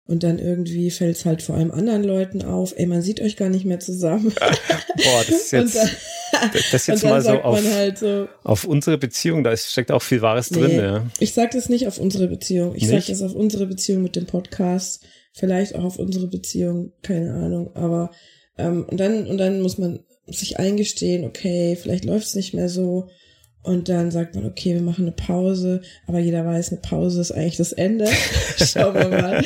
Und dann irgendwie fällt es halt vor allem anderen Leuten auf, ey, man sieht euch gar nicht mehr zusammen. Boah, das ist jetzt mal so auf unsere Beziehung, da steckt auch viel Wahres drin. Ja. Ich sag das nicht auf unsere Beziehung. Ich sag das auf unsere Beziehung mit dem Podcast, vielleicht auch auf unsere Beziehung, keine Ahnung. Aber und dann muss man sich eingestehen, okay, vielleicht läuft es nicht mehr so. Und dann sagt man, okay, wir machen eine Pause. Aber jeder weiß, eine Pause ist eigentlich das Ende. Schauen wir mal.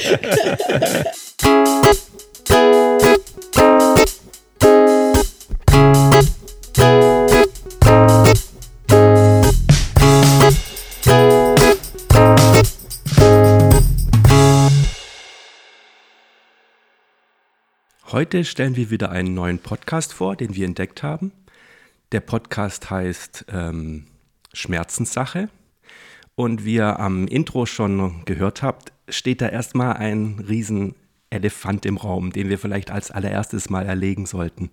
Heute stellen wir wieder einen neuen Podcast vor, den wir entdeckt haben. Der Podcast heißt Schmerzenssache. Und wie ihr am Intro schon gehört habt, steht da erstmal ein riesen Elefant im Raum, den wir vielleicht als allererstes mal erlegen sollten.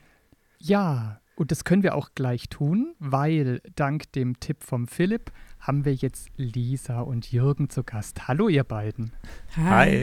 Ja, und das können wir auch gleich tun, weil dank dem Tipp vom Philipp haben wir jetzt Lisa und Jürgen zu Gast. Hallo ihr beiden. Hi.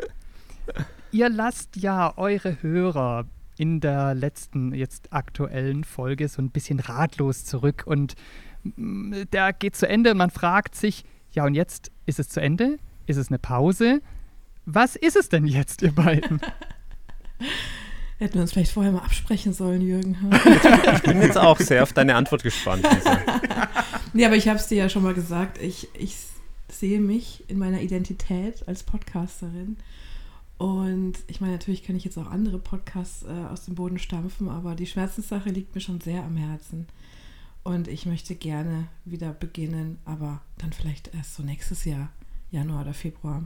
Ihr lasst ja eure Hörer in der letzten, jetzt aktuellen Folge so ein bisschen ratlos zurück und der geht zu Ende und man fragt sich, ja und jetzt ist es zu Ende? Ist es eine Pause? Was ist es denn jetzt, ihr beiden? Hätten wir uns vielleicht vorher mal absprechen sollen, Jürgen. Ich bin jetzt auch sehr auf deine Antwort gespannt, Lisa. Nee, aber ich habe es dir ja schon mal gesagt, ich sehe mich in meiner Identität als Podcasterin. Und ich meine, natürlich kann ich jetzt auch andere Podcasts aus dem Boden stampfen, aber die Schmerzenssache liegt mir schon sehr am Herzen. Und ich möchte gerne wieder beginnen, aber dann vielleicht erst so nächstes Jahr, Januar oder Februar.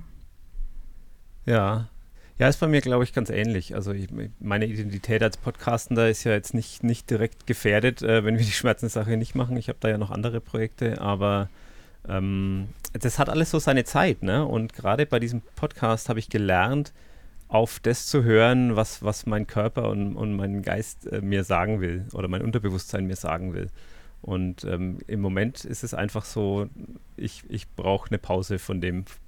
Ja, ist bei mir, glaube ich, ganz ähnlich. Also meine Identität als Podcastender ist ja jetzt nicht direkt gefährdet, wenn wir die Schmerzenssache nicht machen. Ich habe da ja noch andere Projekte, aber das hat alles so seine Zeit, ne? Und gerade bei diesem Podcast habe ich gelernt, auf das zu hören, was mein Körper und mein Geist mir sagen will oder mein Unterbewusstsein mir sagen will. Und im Moment ist es einfach so, ich brauche eine Pause von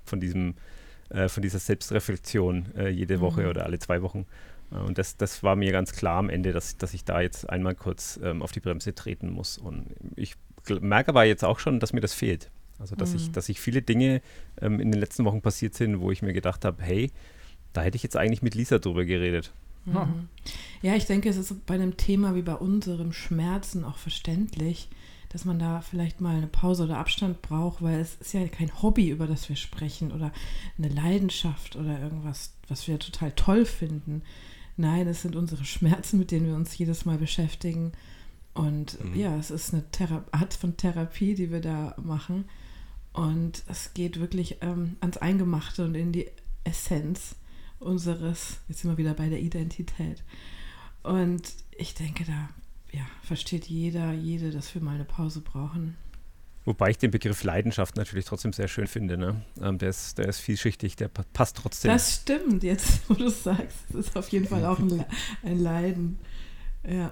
dieser Selbstreflexion jede Woche oder alle 2 Wochen. Und das war mir ganz klar am Ende, dass ich da jetzt einmal kurz auf die Bremse treten muss. Und ich merke aber jetzt auch schon, dass mir das fehlt. Also dass ich viele Dinge in den letzten Wochen passiert sind, wo ich mir gedacht habe, hey, da hätte ich jetzt eigentlich mit Lisa drüber geredet. Mhm. Ja, ich denke, es ist bei einem Thema wie bei unserem Schmerzen auch verständlich, dass man da vielleicht mal eine Pause oder Abstand braucht, weil es ist ja kein Hobby, über das wir sprechen oder eine Leidenschaft oder irgendwas, was wir total toll finden. Nein, es sind unsere Schmerzen, mit denen wir uns jedes Mal beschäftigen. Und ja, es ist eine Art von Therapie, die wir da machen. Und es geht wirklich ans Eingemachte und in die Essenz unseres, jetzt sind wir wieder bei der Identität. Und ich denke, da versteht jede, dass wir mal eine Pause brauchen. Wobei ich den Begriff Leidenschaft natürlich trotzdem sehr schön finde. Ne? Der ist vielschichtig, der passt trotzdem. Das stimmt, jetzt wo du es sagst. Es ist auf jeden Fall auch ein Leiden. Ja.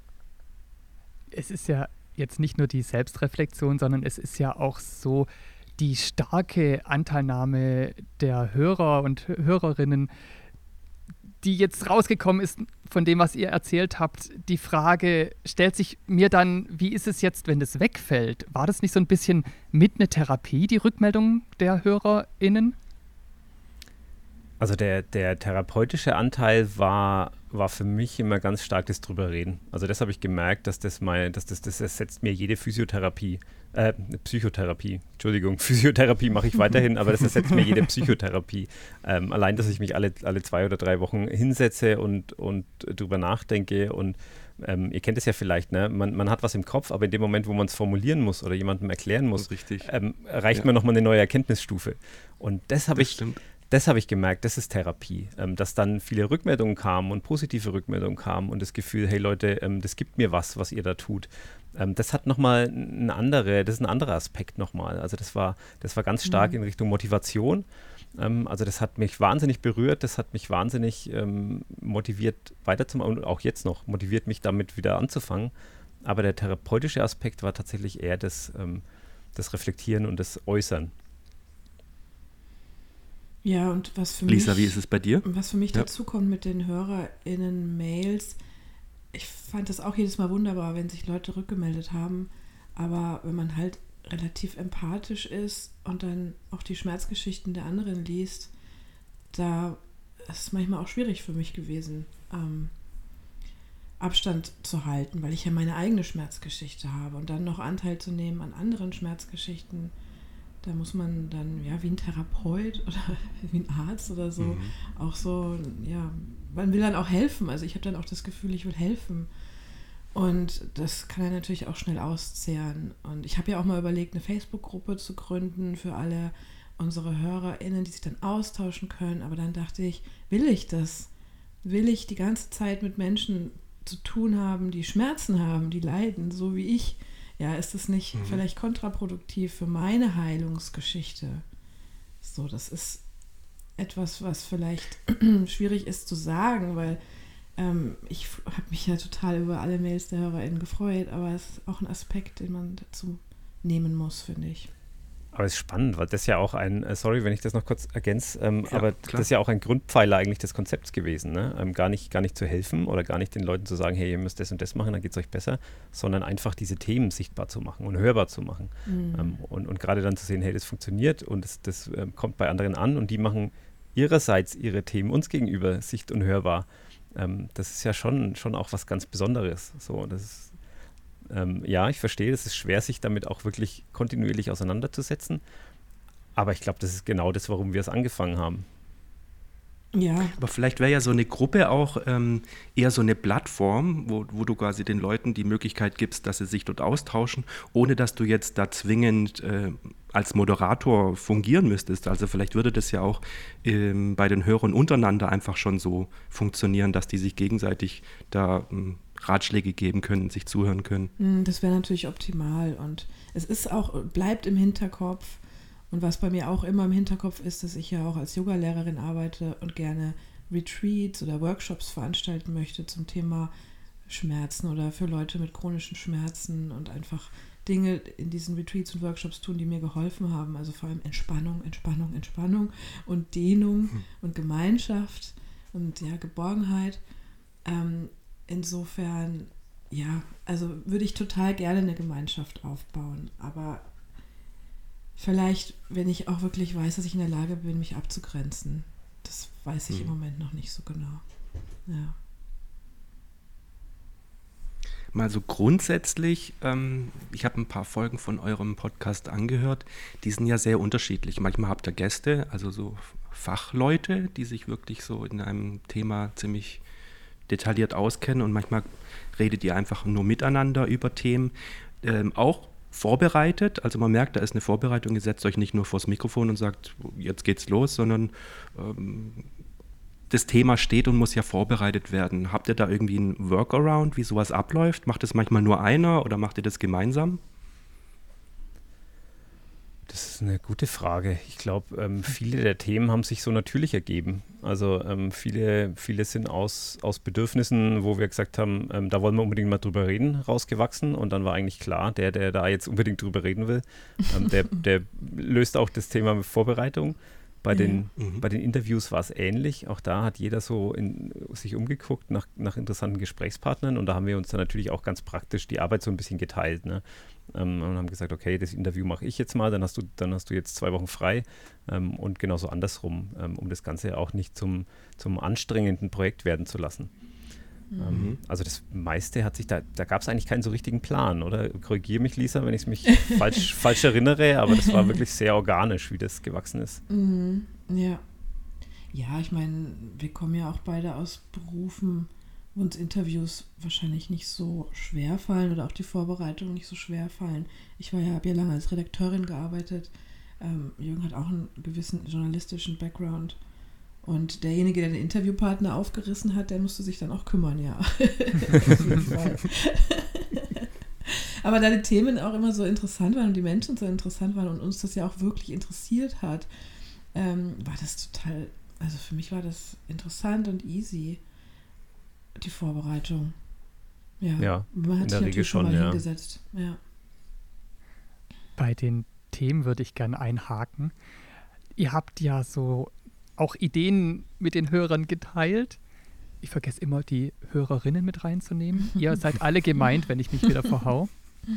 Es ist ja jetzt nicht nur die Selbstreflexion, sondern es ist ja auch so die starke Anteilnahme der Hörer und Hörerinnen, die jetzt rausgekommen ist von dem, was ihr erzählt habt. Die Frage stellt sich mir dann, wie ist es jetzt, wenn das wegfällt? War das nicht so ein bisschen mit eine Therapie, die Rückmeldung der HörerInnen? Also der therapeutische Anteil war für mich immer ganz stark das drüber reden. Also das habe ich gemerkt, das ersetzt mir jede Psychotherapie. Physiotherapie mache ich weiterhin, aber das ersetzt mir jede Psychotherapie. Allein, dass ich mich alle 2 oder 3 Wochen hinsetze und drüber nachdenke und ihr kennt es ja vielleicht, ne? Man hat was im Kopf, aber in dem Moment, wo man es formulieren muss oder jemandem erklären muss, erreicht man nochmal eine neue Erkenntnisstufe. Und das habe ich gemerkt, das ist Therapie, dass dann viele Rückmeldungen kamen und positive Rückmeldungen kamen und das Gefühl, hey Leute, das gibt mir was ihr da tut. Das hat nochmal das ist ein anderer Aspekt nochmal. Also das war ganz stark in Richtung Motivation. Also das hat mich wahnsinnig berührt, das hat mich wahnsinnig motiviert weiterzumachen und auch jetzt noch motiviert mich damit wieder anzufangen. Aber der therapeutische Aspekt war tatsächlich eher das Reflektieren und das Äußern. Ja, und was für Lisa, mich, wie ist es bei dir? was für mich dazu kommt mit den HörerInnen-Mails, ich fand das auch jedes Mal wunderbar, wenn sich Leute rückgemeldet haben, aber wenn man halt relativ empathisch ist und dann auch die Schmerzgeschichten der anderen liest, da ist es manchmal auch schwierig für mich gewesen, Abstand zu halten, weil ich ja meine eigene Schmerzgeschichte habe und dann noch Anteil zu nehmen an anderen Schmerzgeschichten, da muss man dann, ja, wie ein Therapeut oder wie ein Arzt oder so, auch so, ja, man will dann auch helfen, also ich habe dann auch das Gefühl, ich will helfen und das kann ja natürlich auch schnell auszehren und ich habe ja auch mal überlegt, eine Facebook-Gruppe zu gründen für alle unsere HörerInnen, die sich dann austauschen können, aber dann dachte ich, will ich das? Will ich die ganze Zeit mit Menschen zu tun haben, die Schmerzen haben, die leiden, so wie ich? Ja, ist das nicht vielleicht kontraproduktiv für meine Heilungsgeschichte? So, das ist etwas, was vielleicht schwierig ist zu sagen, weil ich habe mich ja total über alle Mails der HörerInnen gefreut, aber es ist auch ein Aspekt, den man dazu nehmen muss, finde ich. Aber es ist spannend, weil das ja auch sorry, wenn ich das noch kurz ergänze, aber klar. das ist ja auch ein Grundpfeiler eigentlich des Konzepts gewesen, ne? Gar nicht zu helfen oder gar nicht den Leuten zu sagen, hey, ihr müsst das und das machen, dann geht es euch besser, sondern einfach diese Themen sichtbar zu machen und hörbar zu machen. Und gerade dann zu sehen, hey, das funktioniert und das kommt bei anderen an und die machen ihrerseits ihre Themen uns gegenüber sicht- und hörbar. Das ist ja schon auch was ganz Besonderes. So, das ist ja, ich verstehe, es ist schwer, sich damit auch wirklich kontinuierlich auseinanderzusetzen. Aber ich glaube, das ist genau das, warum wir es angefangen haben. Ja. Aber vielleicht wäre ja so eine Gruppe auch eher so eine Plattform, wo du quasi den Leuten die Möglichkeit gibst, dass sie sich dort austauschen, ohne dass du jetzt da zwingend als Moderator fungieren müsstest. Also vielleicht würde das ja auch bei den Hörern untereinander einfach schon so funktionieren, dass die sich gegenseitig da Ratschläge geben können, sich zuhören können. Das wäre natürlich optimal und es ist auch, bleibt im Hinterkopf und was bei mir auch immer im Hinterkopf ist, dass ich ja auch als Yogalehrerin arbeite und gerne Retreats oder Workshops veranstalten möchte zum Thema Schmerzen oder für Leute mit chronischen Schmerzen und einfach Dinge in diesen Retreats und Workshops tun, die mir geholfen haben, also vor allem Entspannung und Dehnung und Gemeinschaft und ja, Geborgenheit. Insofern, ja, also würde ich total gerne eine Gemeinschaft aufbauen, aber vielleicht, wenn ich auch wirklich weiß, dass ich in der Lage bin, mich abzugrenzen. Das weiß ich im Moment noch nicht so genau. Ja. Mal so grundsätzlich, ich habe ein paar Folgen von eurem Podcast angehört, die sind ja sehr unterschiedlich. Manchmal habt ihr Gäste, also so Fachleute, die sich wirklich so in einem Thema ziemlich detailliert auskennen und manchmal redet ihr einfach nur miteinander über Themen, auch vorbereitet, also man merkt, da ist eine Vorbereitung, ihr setzt euch nicht nur vors Mikrofon und sagt, jetzt geht's los, sondern das Thema steht und muss ja vorbereitet werden. Habt ihr da irgendwie einen Workaround, wie sowas abläuft? Macht es manchmal nur einer oder macht ihr das gemeinsam? Das ist eine gute Frage. Ich glaube, viele der Themen haben sich so natürlich ergeben. Also viele sind aus Bedürfnissen, wo wir gesagt haben, da wollen wir unbedingt mal drüber reden, rausgewachsen. Und dann war eigentlich klar, der da jetzt unbedingt drüber reden will, der löst auch das Thema mit Vorbereitung. Bei den Interviews war es ähnlich. Auch da hat jeder so sich umgeguckt nach interessanten Gesprächspartnern. Und da haben wir uns dann natürlich auch ganz praktisch die Arbeit so ein bisschen geteilt, ne? Und haben gesagt, okay, das Interview mache ich jetzt mal, dann hast du jetzt 2 Wochen frei und genauso andersrum, um das Ganze auch nicht zum anstrengenden Projekt werden zu lassen. Also das meiste hat sich, da gab es eigentlich keinen so richtigen Plan, oder? Korrigiere mich, Lisa, wenn ich es mich falsch erinnere, aber das war wirklich sehr organisch, wie das gewachsen ist. Ja. Ja, ich meine, wir kommen ja auch beide aus Berufen, wo uns Interviews wahrscheinlich nicht so schwer fallen oder auch die Vorbereitung nicht so schwer fallen. Ich habe ja lange als Redakteurin gearbeitet. Jürgen hat auch einen gewissen journalistischen Background. Und derjenige, der den Interviewpartner aufgerissen hat, der musste sich dann auch kümmern, ja. Auf jeden Fall. Aber da die Themen auch immer so interessant waren und die Menschen so interessant waren und uns das ja auch wirklich interessiert hat, war das total, also für mich war das interessant und easy, die Vorbereitung. Ja, man hat in der Regel schon, ja. Hingesetzt. Ja. Bei den Themen würde ich gerne einhaken. Ihr habt ja so auch Ideen mit den Hörern geteilt. Ich vergesse immer, die Hörerinnen mit reinzunehmen. Ihr seid alle gemeint, wenn ich mich wieder verhau.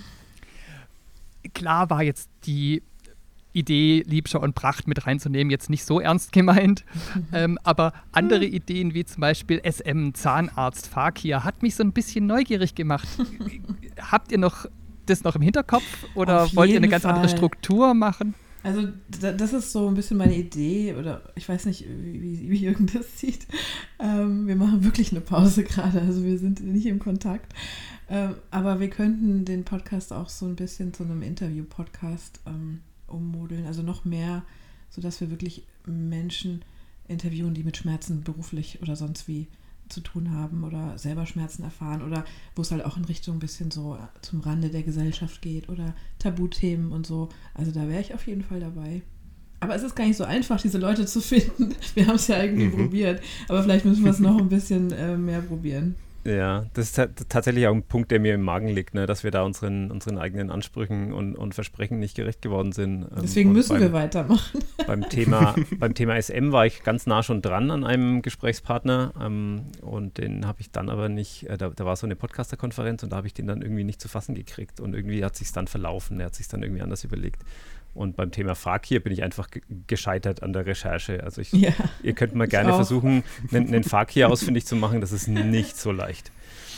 Klar war jetzt die Idee, Liebscher und Bracht mit reinzunehmen, jetzt nicht so ernst gemeint. Aber andere Ideen, wie zum Beispiel SM, Zahnarzt, Fakir, hat mich so ein bisschen neugierig gemacht. Habt ihr das noch im Hinterkopf oder wollt ihr eine ganz andere Struktur machen? Also das ist so ein bisschen meine Idee, oder ich weiß nicht, wie Jürgen das sieht. Wir machen wirklich eine Pause gerade, also wir sind nicht im Kontakt. Aber wir könnten den Podcast auch so ein bisschen zu einem Interview-Podcast ummodeln, also noch mehr, sodass wir wirklich Menschen interviewen, die mit Schmerzen beruflich oder sonst wie zu tun haben oder selber Schmerzen erfahren oder wo es halt auch in Richtung ein bisschen so zum Rande der Gesellschaft geht oder Tabuthemen und so. Also da wäre ich auf jeden Fall dabei. Aber es ist gar nicht so einfach, diese Leute zu finden. Wir haben es ja irgendwie probiert, aber vielleicht müssen wir es noch ein bisschen mehr probieren. Ja, das ist tatsächlich auch ein Punkt, der mir im Magen liegt, ne, dass wir da unseren eigenen Ansprüchen und Versprechen nicht gerecht geworden sind. Deswegen müssen wir weitermachen. Beim Thema SM war ich ganz nah schon dran an einem Gesprächspartner und den habe ich dann aber nicht, da war so eine Podcaster-Konferenz und da habe ich den dann irgendwie nicht zu fassen gekriegt und irgendwie hat es sich dann verlaufen, er hat sich dann irgendwie anders überlegt. Und beim Thema Fakir bin ich einfach gescheitert an der Recherche. Also ihr könnt mal gerne versuchen, einen Fakir ausfindig zu machen. Das ist nicht so leicht.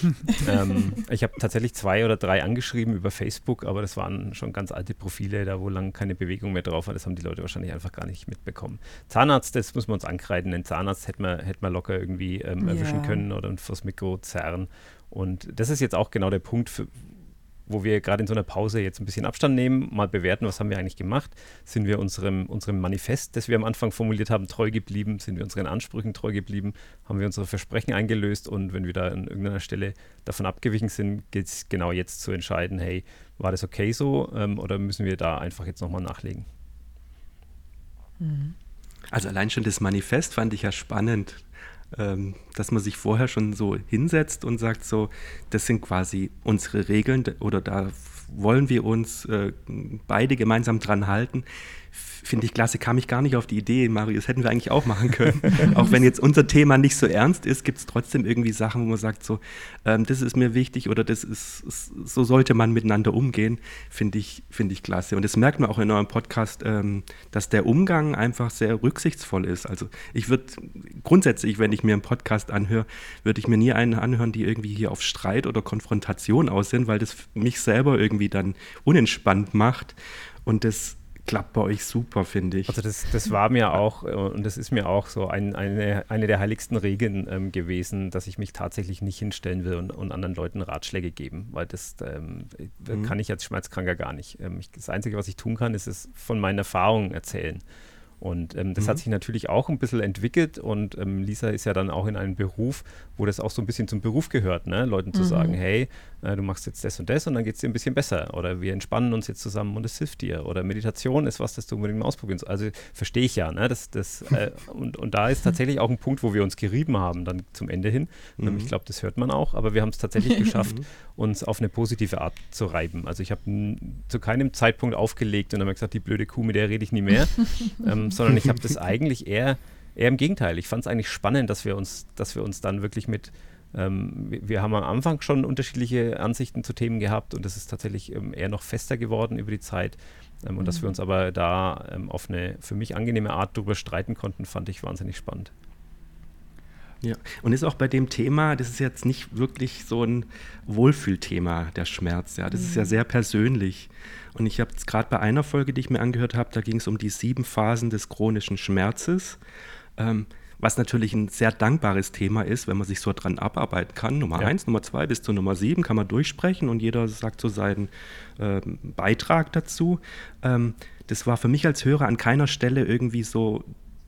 Ich habe tatsächlich 2 oder 3 angeschrieben über Facebook, aber das waren schon ganz alte Profile, da wo lang keine Bewegung mehr drauf war. Das haben die Leute wahrscheinlich einfach gar nicht mitbekommen. Zahnarzt, das muss man uns ankreiden. Den Zahnarzt hätte man locker irgendwie erwischen können oder vors Mikro zerren. Und das ist jetzt auch genau der Punkt, wo wir gerade in so einer Pause jetzt ein bisschen Abstand nehmen, mal bewerten, was haben wir eigentlich gemacht? Sind wir unserem Manifest, das wir am Anfang formuliert haben, treu geblieben? Sind wir unseren Ansprüchen treu geblieben? Haben wir unsere Versprechen eingelöst? Und wenn wir da an irgendeiner Stelle davon abgewichen sind, gilt es genau jetzt zu entscheiden, hey, war das okay so oder müssen wir da einfach jetzt nochmal nachlegen? Also allein schon das Manifest fand ich ja spannend, dass man sich vorher schon so hinsetzt und sagt so, das sind quasi unsere Regeln oder da wollen wir uns beide gemeinsam dran halten. Finde ich klasse, kam ich gar nicht auf die Idee, Mario, das hätten wir eigentlich auch machen können. Auch wenn jetzt unser Thema nicht so ernst ist, gibt es trotzdem irgendwie Sachen, wo man sagt so, das ist mir wichtig oder so sollte man miteinander umgehen, finde ich klasse. Und das merkt man auch in eurem Podcast, dass der Umgang einfach sehr rücksichtsvoll ist. Also ich würde grundsätzlich, wenn ich mir einen Podcast anhöre, würde ich mir nie einen anhören, die irgendwie hier auf Streit oder Konfrontation aus sind, weil das mich selber irgendwie dann unentspannt macht und das klappt bei euch super, finde ich. Also das war mir auch und das ist mir auch so eine der heiligsten Regeln gewesen, dass ich mich tatsächlich nicht hinstellen will und anderen Leuten Ratschläge geben, weil das kann ich als Schmerzkranker gar nicht. Das Einzige, was ich tun kann, ist es von meinen Erfahrungen erzählen. Und das hat sich natürlich auch ein bisschen entwickelt und Lisa ist ja dann auch in einem Beruf, wo das auch so ein bisschen zum Beruf gehört, ne? Leuten zu sagen, hey, du machst jetzt das und das und dann geht es dir ein bisschen besser oder wir entspannen uns jetzt zusammen und es hilft dir oder Meditation ist was, das du unbedingt mal ausprobieren sollst. Also verstehe ich ja, ne? Und da ist tatsächlich auch ein Punkt, wo wir uns gerieben haben dann zum Ende hin. Ich glaube, das hört man auch, aber wir haben es tatsächlich geschafft, uns auf eine positive Art zu reiben. Also ich habe zu keinem Zeitpunkt aufgelegt und dann habe ich gesagt, die blöde Kuh, mit der rede ich nie mehr. Sondern ich habe das eigentlich eher im Gegenteil. Ich fand es eigentlich spannend, dass wir uns dann wirklich mit, wir haben am Anfang schon unterschiedliche Ansichten zu Themen gehabt und das ist tatsächlich eher noch fester geworden über die Zeit. Und dass wir uns aber da auf eine für mich angenehme Art darüber streiten konnten, fand ich wahnsinnig spannend. Ja, und ist auch bei dem Thema, das ist jetzt nicht wirklich so ein Wohlfühlthema, der Schmerz, ja, das ist ja sehr persönlich. Und ich habe es gerade bei einer Folge, die ich mir angehört habe, da ging es um die 7 Phasen des chronischen Schmerzes, was natürlich ein sehr dankbares Thema ist, wenn man sich so dran abarbeiten kann. Nummer 1, Nummer 2 bis zur Nummer 7 kann man durchsprechen und jeder sagt so seinen Beitrag dazu. Das war für mich als Hörer an keiner Stelle irgendwie so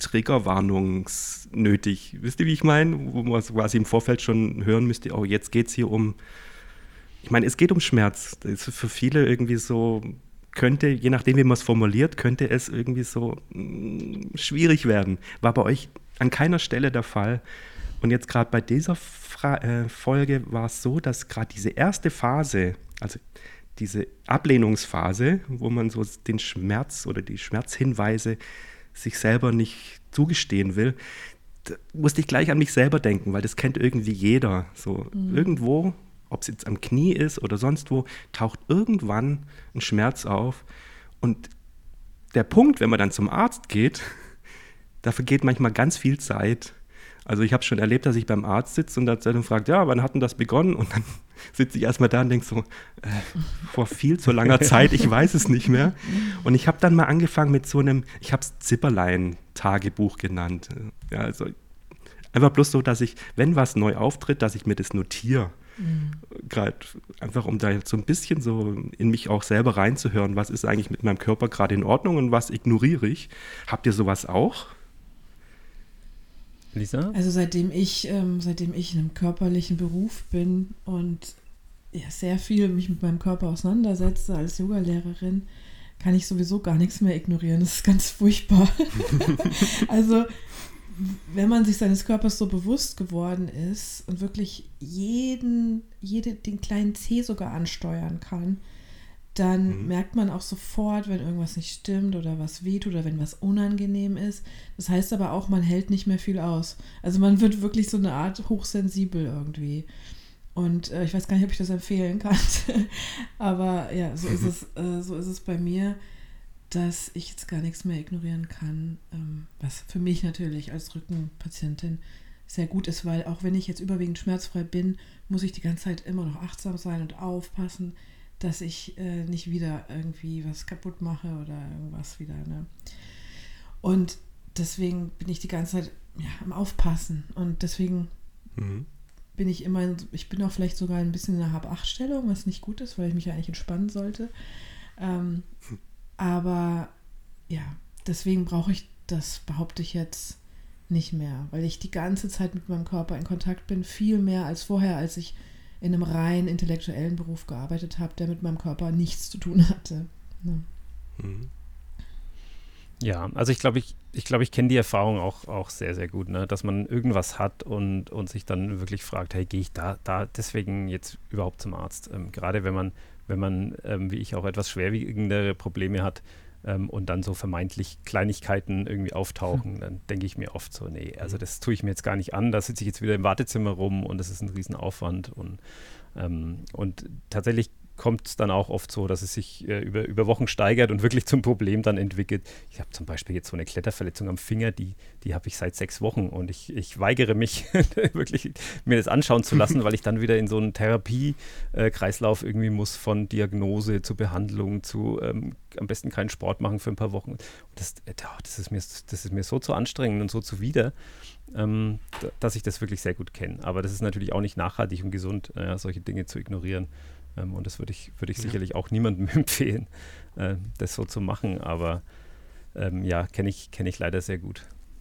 triggerwarnungsnötig. Wisst ihr, wie ich meine? Wo man quasi im Vorfeld schon hören müsste, oh, jetzt geht es hier um, ich meine, es geht um Schmerz. Das ist für viele irgendwie so, könnte, je nachdem, wie man es formuliert, könnte es irgendwie so schwierig werden. War bei euch an keiner Stelle der Fall. Und jetzt gerade bei dieser Folge war es so, dass gerade diese erste Phase, also diese Ablehnungsphase, wo man so den Schmerz oder die Schmerzhinweise sich selber nicht zugestehen will, da musste ich gleich an mich selber denken, weil das kennt irgendwie jeder. So irgendwo, ob es jetzt am Knie ist oder sonst wo, taucht irgendwann ein Schmerz auf. Und der Punkt, wenn man dann zum Arzt geht, da vergeht manchmal ganz viel Zeit. Also ich habe schon erlebt, dass ich beim Arzt sitze und dann fragt, ja, wann hat denn das begonnen? Und dann sitze ich erstmal da und denke so, vor viel zu langer Zeit, ich weiß es nicht mehr. Und ich habe dann mal angefangen mit so einem, ich habe es Zipperlein-Tagebuch genannt. Ja, also einfach bloß so, dass ich, wenn was neu auftritt, dass ich mir das notiere. Gerade einfach, um da jetzt so ein bisschen so in mich auch selber reinzuhören, was ist eigentlich mit meinem Körper gerade in Ordnung und was ignoriere ich. Habt ihr sowas auch? Lisa? Also seitdem ich in einem körperlichen Beruf bin und ja, sehr viel mich mit meinem Körper auseinandersetze als Yogalehrerin, kann ich sowieso gar nichts mehr ignorieren. Das ist ganz furchtbar. Also wenn man sich seines Körpers so bewusst geworden ist und wirklich den kleinen Zeh sogar ansteuern kann, dann merkt man auch sofort, wenn irgendwas nicht stimmt oder was wehtut oder wenn was unangenehm ist. Das heißt aber auch, man hält nicht mehr viel aus. Also man wird wirklich so eine Art hochsensibel irgendwie. Und ich weiß gar nicht, ob ich das empfehlen kann. Aber ja, so ist es bei mir, dass ich jetzt gar nichts mehr ignorieren kann, was für mich natürlich als Rückenpatientin sehr gut ist, weil auch wenn ich jetzt überwiegend schmerzfrei bin, muss ich die ganze Zeit immer noch achtsam sein und aufpassen, dass ich nicht wieder irgendwie was kaputt mache oder irgendwas wieder. Ne? Und deswegen bin ich die ganze Zeit am Aufpassen und deswegen bin ich ich bin auch vielleicht sogar ein bisschen in einer Hab-Acht-Stellung, was nicht gut ist, weil ich mich ja eigentlich entspannen sollte. Aber ja, deswegen brauche ich das, behaupte ich jetzt, nicht mehr, weil ich die ganze Zeit mit meinem Körper in Kontakt bin, viel mehr als vorher, als ich in einem rein intellektuellen Beruf gearbeitet habe, der mit meinem Körper nichts zu tun hatte. Ne? Ja, also ich glaube, ich kenne die Erfahrung auch sehr, sehr gut, ne? Dass man irgendwas hat und sich dann wirklich fragt, hey, gehe ich da deswegen jetzt überhaupt zum Arzt? Gerade wenn man wie ich auch etwas schwerwiegendere Probleme hat und dann so vermeintlich Kleinigkeiten irgendwie auftauchen, dann denke ich mir oft so, nee, also das tue ich mir jetzt gar nicht an, da sitze ich jetzt wieder im Wartezimmer rum und das ist ein Riesenaufwand und tatsächlich kommt es dann auch oft so, dass es sich über Wochen steigert und wirklich zum Problem dann entwickelt. Ich habe zum Beispiel jetzt so eine Kletterverletzung am Finger, die habe ich seit 6 Wochen und ich weigere mich wirklich mir das anschauen zu lassen, weil ich dann wieder in so einen Therapiekreislauf irgendwie muss, von Diagnose zu Behandlung zu am besten keinen Sport machen für ein paar Wochen. Das ist mir so zu anstrengend und so zuwider, dass ich das wirklich sehr gut kenne. Aber das ist natürlich auch nicht nachhaltig und gesund, solche Dinge zu ignorieren. Und das würde ich sicherlich auch niemandem empfehlen, das so zu machen. Aber kenne ich leider sehr gut.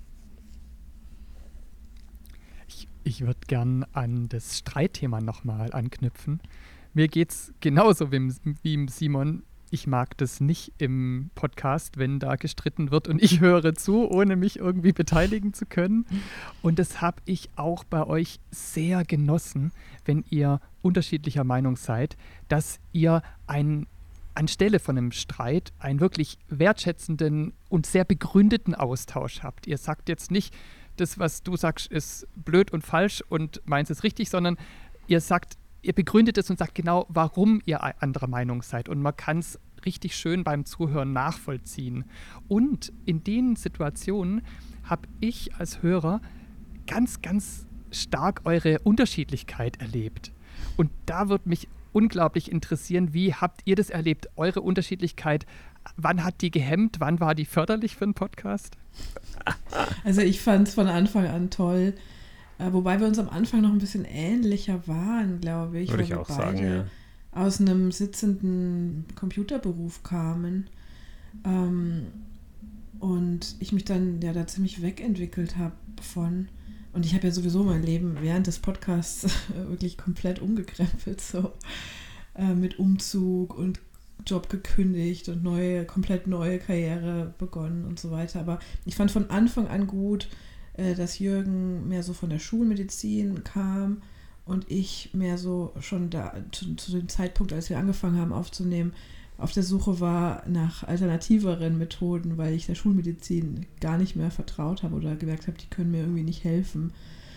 Ich würde gern an das Streitthema nochmal anknüpfen. Mir geht es genauso wie Simon. Ich mag das nicht im Podcast, wenn da gestritten wird und ich höre zu, ohne mich irgendwie beteiligen zu können. Und das habe ich auch bei euch sehr genossen, wenn ihr unterschiedlicher Meinung seid, dass ihr anstelle von einem Streit einen wirklich wertschätzenden und sehr begründeten Austausch habt. Ihr sagt jetzt nicht, das, was du sagst, ist blöd und falsch und meins ist richtig, sondern ihr begründet es und sagt genau, warum ihr anderer Meinung seid. Und man kann es richtig schön beim Zuhören nachvollziehen. Und in den Situationen habe ich als Hörer ganz, ganz stark eure Unterschiedlichkeit erlebt. Und da würde mich unglaublich interessieren, wie habt ihr das erlebt, eure Unterschiedlichkeit? Wann hat die gehemmt? Wann war die förderlich für einen Podcast? Also ich fand es von Anfang an toll. Wobei wir uns am Anfang noch ein bisschen ähnlicher waren, glaube ich. Würde ich auch sagen, ja. Aus einem sitzenden Computerberuf kamen. Und ich mich dann da ziemlich wegentwickelt habe von. Und ich habe ja sowieso mein Leben während des Podcasts wirklich komplett umgekrempelt. So mit Umzug und Job gekündigt und komplett neue Karriere begonnen und so weiter. Aber ich fand von Anfang an gut, dass Jürgen mehr so von der Schulmedizin kam und ich mehr so schon da zu dem Zeitpunkt, als wir angefangen haben aufzunehmen, auf der Suche war nach alternativeren Methoden, weil ich der Schulmedizin gar nicht mehr vertraut habe oder gemerkt habe, die können mir irgendwie nicht helfen.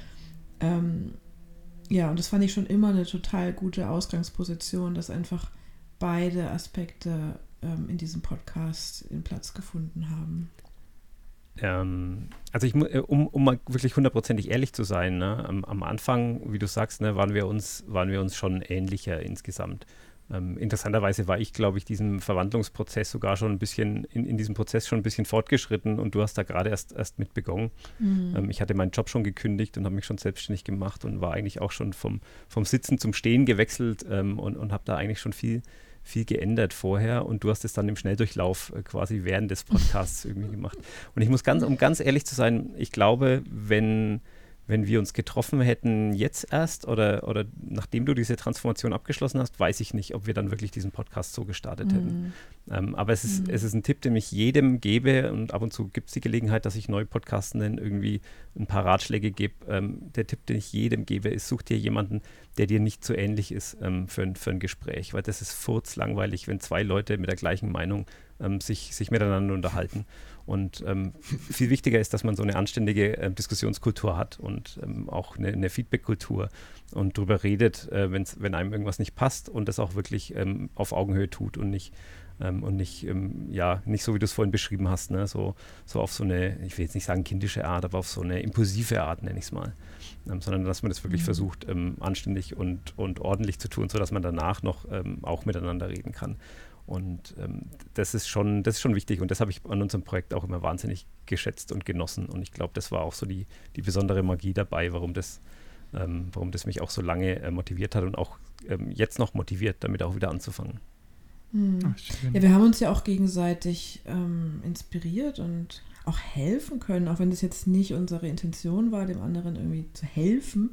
Ja, und das fand ich schon immer eine total gute Ausgangsposition, dass einfach beide Aspekte in diesem Podcast den Platz gefunden haben. Also um mal wirklich hundertprozentig ehrlich zu sein, ne, am Anfang, wie du sagst, ne, waren wir uns schon ähnlicher insgesamt. Interessanterweise war ich, glaube ich, diesem Verwandlungsprozess sogar schon ein bisschen, in diesem Prozess schon ein bisschen fortgeschritten und du hast da gerade erst mit begonnen. Ich hatte meinen Job schon gekündigt und habe mich schon selbstständig gemacht und war eigentlich auch schon vom Sitzen zum Stehen gewechselt und habe da eigentlich schon viel geändert vorher und du hast es dann im Schnelldurchlauf quasi während des Podcasts irgendwie gemacht. Und ich muss um ganz ehrlich zu sein, ich glaube, wenn wir uns getroffen hätten jetzt erst oder nachdem du diese Transformation abgeschlossen hast, weiß ich nicht, ob wir dann wirklich diesen Podcast so gestartet hätten. Aber es ist ein Tipp, den ich jedem gebe und ab und zu gibt es die Gelegenheit, dass ich neue Podcastenden irgendwie ein paar Ratschläge gebe. Der Tipp, den ich jedem gebe, ist, such dir jemanden, der dir nicht so ähnlich ist für ein Gespräch, weil das ist furzlangweilig, wenn zwei Leute mit der gleichen Meinung sich miteinander unterhalten. Und viel wichtiger ist, dass man so eine anständige Diskussionskultur hat und auch eine Feedback-Kultur und darüber redet, wenn einem irgendwas nicht passt und das auch wirklich auf Augenhöhe tut und nicht so, wie du es vorhin beschrieben hast, ne? So auf so eine, ich will jetzt nicht sagen kindische Art, aber auf so eine impulsive Art, nenne ich es mal. Sondern dass man das wirklich versucht, anständig und ordentlich zu tun, sodass man danach noch auch miteinander reden kann. Und das ist schon wichtig und das habe ich an unserem Projekt auch immer wahnsinnig geschätzt und genossen. Und ich glaube, das war auch so die besondere Magie dabei, warum das mich auch so lange motiviert hat und auch jetzt noch motiviert, damit auch wieder anzufangen. Ja, wir haben uns ja auch gegenseitig inspiriert und auch helfen können, auch wenn das jetzt nicht unsere Intention war, dem anderen irgendwie zu helfen.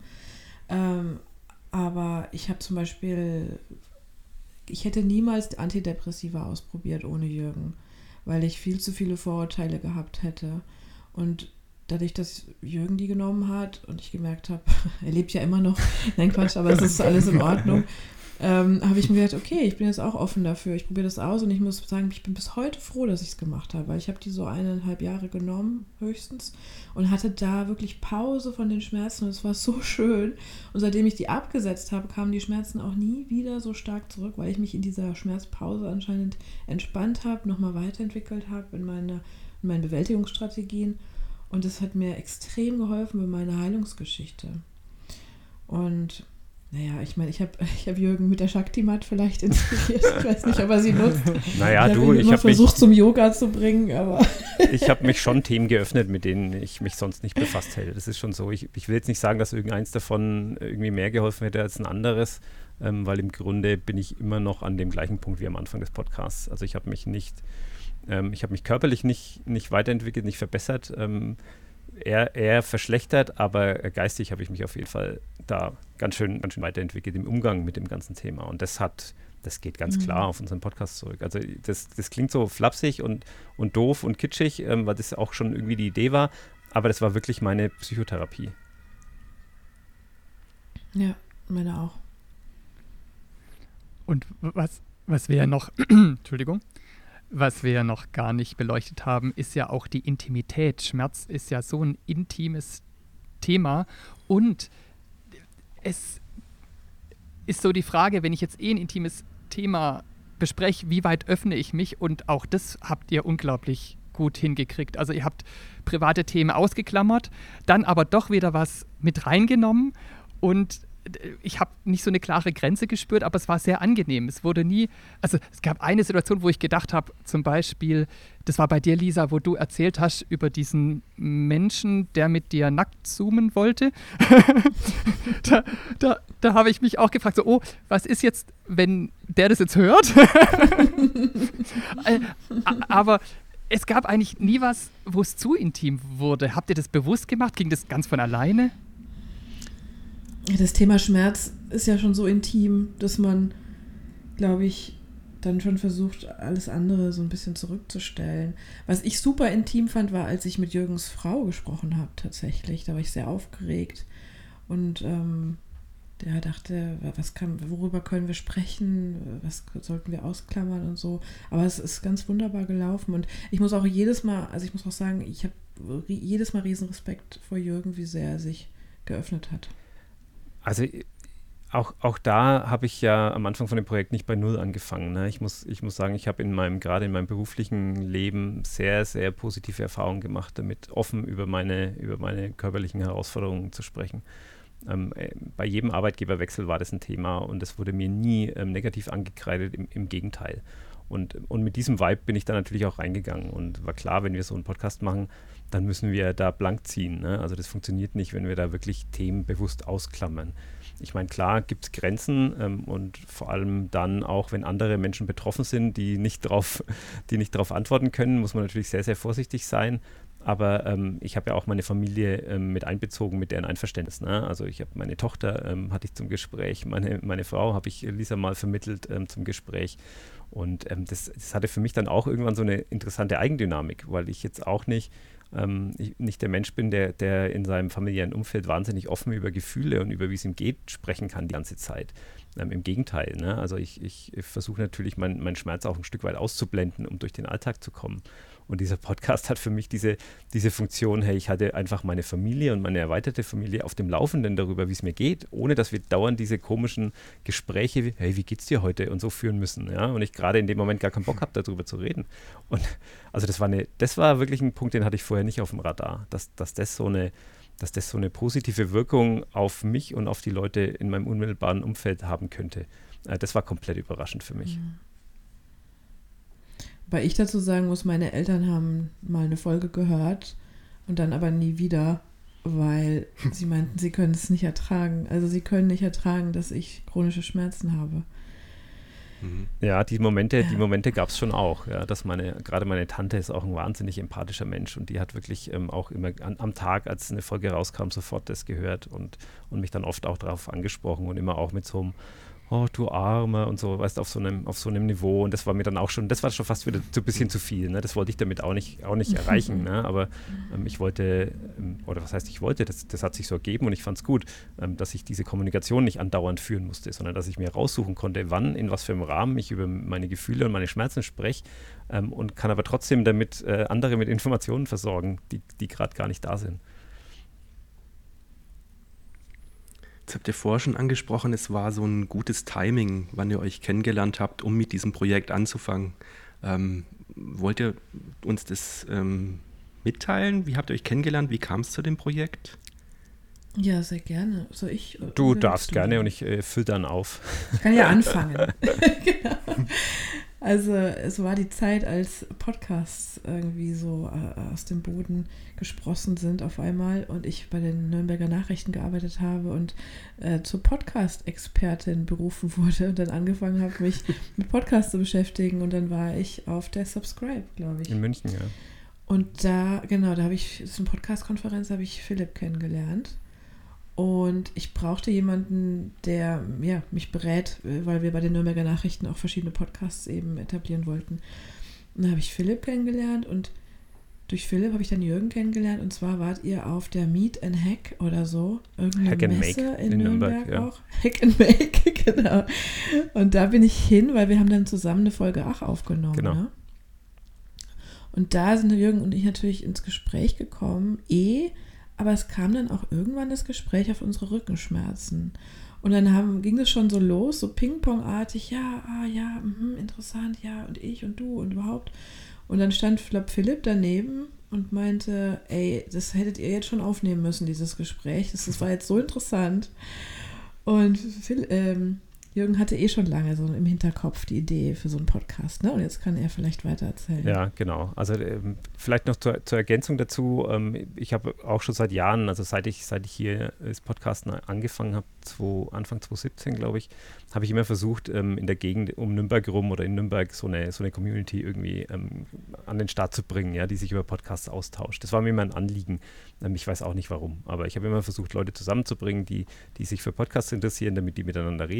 Aber ich habe zum Beispiel, ich hätte niemals Antidepressiva ausprobiert ohne Jürgen, weil ich viel zu viele Vorurteile gehabt hätte. Und dadurch, dass Jürgen die genommen hat und ich gemerkt habe, er lebt ja immer noch, nein Quatsch, aber es ist alles in Ordnung, habe ich mir gedacht, okay, ich bin jetzt auch offen dafür, ich probiere das aus und ich muss sagen, ich bin bis heute froh, dass ich es gemacht habe, weil ich habe die so 1,5 Jahre genommen, höchstens, und hatte da wirklich Pause von den Schmerzen und es war so schön. Und seitdem ich die abgesetzt habe, kamen die Schmerzen auch nie wieder so stark zurück, weil ich mich in dieser Schmerzpause anscheinend entspannt habe, nochmal weiterentwickelt habe in meinen Bewältigungsstrategien und das hat mir extrem geholfen bei meiner Heilungsgeschichte. Und naja, ich meine, ich hab Jürgen mit der Shakti-Mat vielleicht inspiriert. Ich weiß nicht, ob er sie nutzt. Naja, ich habe versucht, zum Yoga zu bringen, aber ich habe mich schon Themen geöffnet, mit denen ich mich sonst nicht befasst hätte. Das ist schon so. Ich will jetzt nicht sagen, dass irgendeins davon irgendwie mehr geholfen hätte als ein anderes, weil im Grunde bin ich immer noch an dem gleichen Punkt wie am Anfang des Podcasts. Also ich habe mich körperlich nicht weiterentwickelt, nicht verbessert, eher verschlechtert, aber geistig habe ich mich auf jeden Fall da ganz schön weiterentwickelt im Umgang mit dem ganzen Thema. Und das geht ganz klar auf unseren Podcast zurück. Also das klingt so flapsig und doof und kitschig, weil das auch schon irgendwie die Idee war, aber das war wirklich meine Psychotherapie. Ja, meine auch. Und was wir ja noch, Entschuldigung, was wir ja noch gar nicht beleuchtet haben, ist ja auch die Intimität. Schmerz ist ja so ein intimes Thema und es ist so die Frage, wenn ich jetzt ein intimes Thema bespreche, wie weit öffne ich mich? Und auch das habt ihr unglaublich gut hingekriegt. Also ihr habt private Themen ausgeklammert, dann aber doch wieder was mit reingenommen und ich habe nicht so eine klare Grenze gespürt, aber es war sehr angenehm. Es gab eine Situation, wo ich gedacht habe, zum Beispiel, das war bei dir, Lisa, wo du erzählt hast über diesen Menschen, der mit dir nackt zoomen wollte. Da habe ich mich auch gefragt, so, was ist jetzt, wenn der das jetzt hört? Aber es gab eigentlich nie was, wo es zu intim wurde. Habt ihr das bewusst gemacht? Ging das ganz von alleine? Das Thema Schmerz ist ja schon so intim, dass man, glaube ich, dann schon versucht, alles andere so ein bisschen zurückzustellen. Was ich super intim fand, war, als ich mit Jürgens Frau gesprochen habe tatsächlich. Da war ich sehr aufgeregt und der dachte, worüber können wir sprechen, was sollten wir ausklammern und so. Aber es ist ganz wunderbar gelaufen und ich muss auch sagen, ich habe jedes Mal riesen Respekt vor Jürgen, wie sehr er sich geöffnet hat. Also auch da habe ich ja am Anfang von dem Projekt nicht bei Null angefangen. Ne? Ich muss sagen, ich habe gerade in meinem beruflichen Leben sehr, sehr positive Erfahrungen gemacht, damit offen über meine körperlichen Herausforderungen zu sprechen. Bei jedem Arbeitgeberwechsel war das ein Thema und es wurde mir nie negativ angekreidet, im Gegenteil. Und mit diesem Vibe bin ich dann natürlich auch reingegangen und war klar, wenn wir so einen Podcast machen, dann müssen wir da blank ziehen. Ne? Also das funktioniert nicht, wenn wir da wirklich Themen bewusst ausklammern. Ich meine, klar gibt es Grenzen und vor allem dann auch, wenn andere Menschen betroffen sind, die nicht drauf antworten können, muss man natürlich sehr, sehr vorsichtig sein. Aber ich habe ja auch meine Familie mit einbezogen, mit deren Einverständnis. Ne? Also ich habe meine Tochter hatte ich zum Gespräch, meine Frau habe ich Lisa mal vermittelt zum Gespräch. Und das hatte für mich dann auch irgendwann so eine interessante Eigendynamik, weil ich jetzt auch nicht der Mensch bin, der in seinem familiären Umfeld wahnsinnig offen über Gefühle und über wie es ihm geht sprechen kann die ganze Zeit. Im Gegenteil. Ne? Also ich versuche natürlich meinen Schmerz auch ein Stück weit auszublenden, um durch den Alltag zu kommen. Und dieser Podcast hat für mich diese Funktion, hey, ich hatte einfach meine Familie und meine erweiterte Familie auf dem Laufenden darüber, wie es mir geht, ohne dass wir dauernd diese komischen Gespräche wie, hey, wie geht's dir heute und so führen müssen. Ja? Und ich gerade in dem Moment gar keinen Bock habe, darüber zu reden. Und also das war wirklich ein Punkt, den hatte ich vorher nicht auf dem Radar, dass das so eine positive Wirkung auf mich und auf die Leute in meinem unmittelbaren Umfeld haben könnte. Das war komplett überraschend für mich. Weil ich dazu sagen muss, meine Eltern haben mal eine Folge gehört und dann aber nie wieder, weil sie meinten, sie können es nicht ertragen. Also sie können nicht ertragen, dass ich chronische Schmerzen habe. Ja, die Momente gab es schon auch, ja, dass gerade meine Tante ist auch ein wahnsinnig empathischer Mensch und die hat wirklich auch immer am Tag, als eine Folge rauskam, sofort das gehört und mich dann oft auch darauf angesprochen und immer auch mit so einem oh, du Arme und so, weißt du, auf so einem Niveau und das war mir dann auch schon, das war schon fast wieder so ein bisschen zu viel, ne? Das wollte ich damit auch nicht erreichen, ne? Aber ich wollte, oder was heißt ich wollte, das hat sich so ergeben und ich fand es gut, dass ich diese Kommunikation nicht andauernd führen musste, sondern dass ich mir raussuchen konnte, wann, in was für einem Rahmen ich über meine Gefühle und meine Schmerzen spreche und kann aber trotzdem damit andere mit Informationen versorgen, die gerade gar nicht da sind. Jetzt habt ihr vorher schon angesprochen, es war so ein gutes Timing, wann ihr euch kennengelernt habt, um mit diesem Projekt anzufangen. Wollt ihr uns das mitteilen? Wie habt ihr euch kennengelernt? Wie kam es zu dem Projekt? Ja, sehr gerne. Du darfst gerne und ich fülle dann auf. Ich kann ja anfangen. Genau. Also es war die Zeit, als Podcasts irgendwie so aus dem Boden gesprossen sind auf einmal und ich bei den Nürnberger Nachrichten gearbeitet habe und zur Podcast-Expertin berufen wurde und dann angefangen habe, mich mit Podcasts zu beschäftigen und dann war ich auf der Subscribe, glaube ich. In München, ja. Und da habe ich, das ist eine Podcast-Konferenz, habe ich Philipp kennengelernt. Und ich brauchte jemanden, der mich berät, weil wir bei den Nürnberger Nachrichten auch verschiedene Podcasts eben etablieren wollten. Und dann habe ich Philipp kennengelernt und durch Philipp habe ich dann Jürgen kennengelernt und zwar wart ihr auf der Meet and Hack oder so, irgendeine Hack and Messe Make in Nürnberg ja. auch. Hack and Make, genau. Und da bin ich hin, weil wir haben dann zusammen eine Folge 8 aufgenommen. Genau. Ne? Und da sind Jürgen und ich natürlich ins Gespräch gekommen, aber es kam dann auch irgendwann das Gespräch auf unsere Rückenschmerzen. Und dann ging das schon so los, so Ping-Pong-artig, interessant, ja, und ich und du und überhaupt. Und dann stand Philipp daneben und meinte, ey, das hättet ihr jetzt schon aufnehmen müssen, dieses Gespräch. Das war jetzt so interessant. Und Jürgen hatte schon lange so im Hinterkopf die Idee für so einen Podcast, ne? Und jetzt kann er vielleicht weiter erzählen. Ja, genau. Also vielleicht noch zur Ergänzung dazu. Ich habe auch schon seit Jahren, also seit ich hier das Podcasten angefangen habe, Anfang 2017, glaube ich, habe ich immer versucht, in der Gegend um Nürnberg rum oder in Nürnberg so eine Community irgendwie an den Start zu bringen, ja, die sich über Podcasts austauscht. Das war mir immer ein Anliegen. Ich weiß auch nicht warum, aber ich habe immer versucht, Leute zusammenzubringen, die sich für Podcasts interessieren, damit die miteinander reden.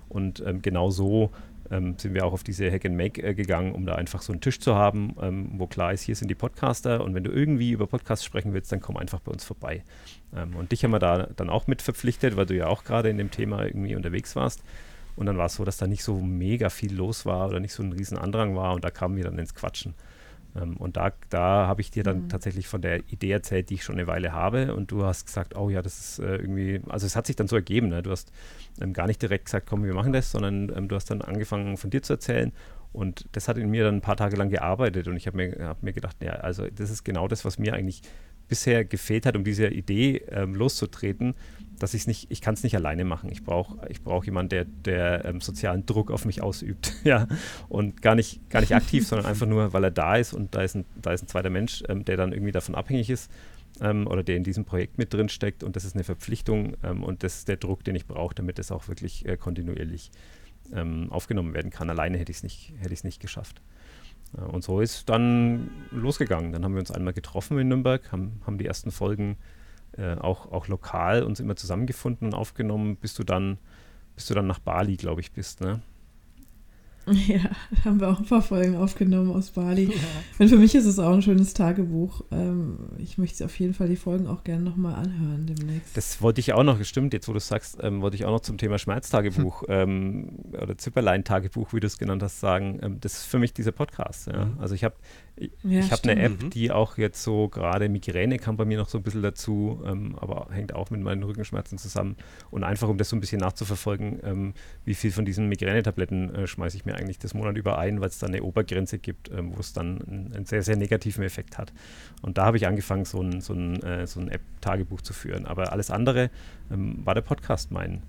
Und genau so sind wir auch auf diese Hack and Make gegangen, um da einfach so einen Tisch zu haben, wo klar ist, hier sind die Podcaster und wenn du irgendwie über Podcasts sprechen willst, dann komm einfach bei uns vorbei. Und dich haben wir da dann auch mit verpflichtet, weil du ja auch gerade in dem Thema irgendwie unterwegs warst. Und dann war es so, dass da nicht so mega viel los war oder nicht so ein riesen Andrang war und da kamen wir dann ins Quatschen. Und da habe ich dir dann tatsächlich von der Idee erzählt, die ich schon eine Weile habe und du hast gesagt, oh ja, das ist irgendwie, also es hat sich dann so ergeben, ne? Du hast gar nicht direkt gesagt, komm, wir machen das, sondern du hast dann angefangen von dir zu erzählen und das hat in mir dann ein paar Tage lang gearbeitet und ich habe mir gedacht, ja, also das ist genau das, was mir eigentlich bisher gefehlt hat, um diese Idee loszutreten, dass ich kann es nicht alleine machen. Ich brauch jemanden, der sozialen Druck auf mich ausübt, ja, und gar nicht aktiv, sondern einfach nur, weil er da ist und da ist ein zweiter Mensch, der dann irgendwie davon abhängig ist oder der in diesem Projekt mit drin steckt und das ist eine Verpflichtung und das ist der Druck, den ich brauche, damit es auch wirklich kontinuierlich aufgenommen werden kann. Alleine hätte ich es nicht geschafft. Und so ist dann losgegangen. Dann haben wir uns einmal getroffen in Nürnberg, haben die ersten Folgen auch lokal uns immer zusammengefunden und aufgenommen, bis du dann nach Bali, glaube ich, bist, ne? Ja, da haben wir auch ein paar Folgen aufgenommen aus Bali. Ja. Und für mich ist es auch ein schönes Tagebuch. Ich möchte auf jeden Fall die Folgen auch gerne nochmal anhören demnächst. Das wollte ich auch noch, stimmt, jetzt wo du es sagst, wollte ich auch noch zum Thema Schmerztagebuch oder Zipperlein-Tagebuch, wie du es genannt hast, sagen. Das ist für mich dieser Podcast. Ja? Also ich habe eine App, die auch jetzt so gerade Migräne kam bei mir noch so ein bisschen dazu, aber hängt auch mit meinen Rückenschmerzen zusammen. Und einfach, um das so ein bisschen nachzuverfolgen, wie viel von diesen Migränetabletten schmeiße ich mir eigentlich das Monat über ein, weil es dann eine Obergrenze gibt, wo es dann einen sehr, sehr negativen Effekt hat. Und da habe ich angefangen, so ein App-Tagebuch zu führen. Aber alles andere war der Podcast mein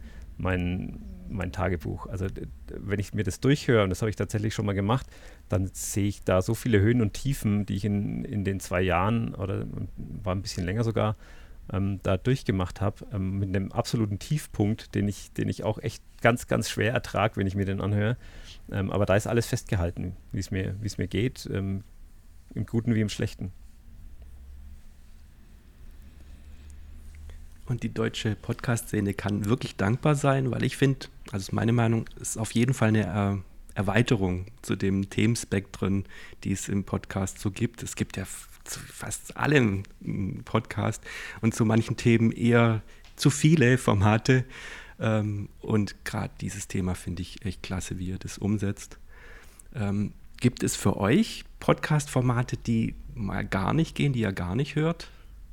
Tagebuch. Also wenn ich mir das durchhöre, und das habe ich tatsächlich schon mal gemacht, dann sehe ich da so viele Höhen und Tiefen, die ich in den 2 Jahren oder war ein bisschen länger sogar, da durchgemacht habe, mit einem absoluten Tiefpunkt, den ich auch echt ganz, ganz schwer ertrage, wenn ich mir den anhöre. Aber da ist alles festgehalten, wie es mir geht, im Guten wie im Schlechten. Und die deutsche Podcast-Szene kann wirklich dankbar sein, weil ich finde, also ist meine Meinung, ist auf jeden Fall eine Erweiterung zu dem Themenspektren, die es im Podcast so gibt. Es gibt ja zu fast allem einen Podcast und zu manchen Themen eher zu viele Formate. Und gerade dieses Thema finde ich echt klasse, wie ihr das umsetzt. Gibt es für euch Podcast-Formate, die mal gar nicht gehen, die ihr gar nicht hört?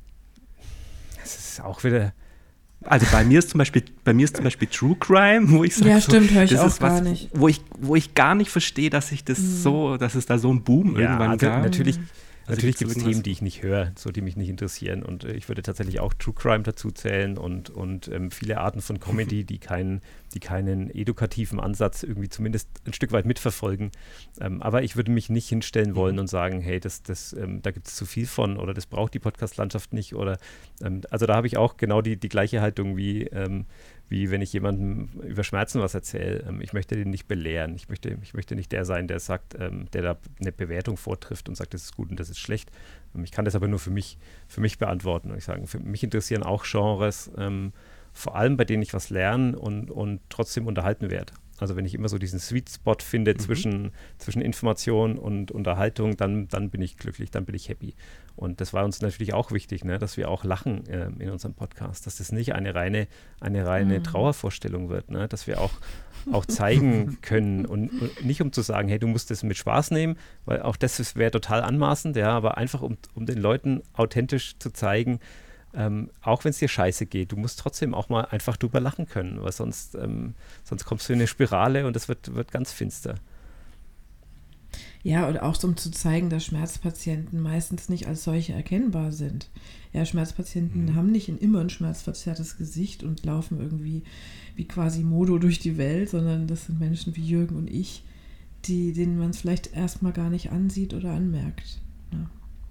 Das ist auch wieder. Also bei mir ist zum Beispiel True Crime, wo ich sage, ja, stimmt, höre ich das auch ist gar nicht. Wo ich gar nicht verstehe, dass ich das dass es da so einen Boom irgendwann gab. Natürlich gibt es Themen, die ich nicht höre, so die mich nicht interessieren. Und ich würde tatsächlich auch True Crime dazu zählen und viele Arten von Comedy, die keinen edukativen Ansatz irgendwie zumindest ein Stück weit mitverfolgen. Aber ich würde mich nicht hinstellen wollen und sagen, hey, da gibt es zu viel von oder das braucht die Podcast-Landschaft nicht. Oder also da habe ich auch genau die gleiche Haltung wie wenn ich jemandem über Schmerzen was erzähle. Ich möchte den nicht belehren. Ich möchte nicht der sein, der sagt, der da eine Bewertung vortrifft und sagt, das ist gut und das ist schlecht. Ich kann das aber nur für mich beantworten. Und ich sage, für mich interessieren auch Genres, vor allem bei denen ich was lerne und trotzdem unterhalten werde. Also wenn ich immer so diesen Sweet Spot finde zwischen Information und Unterhaltung, dann bin ich glücklich, dann bin ich happy. Und das war uns natürlich auch wichtig, ne, dass wir auch lachen in unserem Podcast, dass das nicht eine reine Trauervorstellung wird, ne, dass wir auch zeigen können und nicht um zu sagen, hey, du musst das mit Spaß nehmen, weil auch das wäre total anmaßend, ja, aber einfach um den Leuten authentisch zu zeigen, auch wenn es dir scheiße geht, du musst trotzdem auch mal einfach drüber lachen können, weil sonst kommst du in eine Spirale und das wird ganz finster. Ja, und auch um zu zeigen, dass Schmerzpatienten meistens nicht als solche erkennbar sind. Ja, Schmerzpatienten haben nicht immer ein schmerzverzerrtes Gesicht und laufen irgendwie wie Quasimodo durch die Welt, sondern das sind Menschen wie Jürgen und ich, denen man es vielleicht erstmal gar nicht ansieht oder anmerkt. Ja.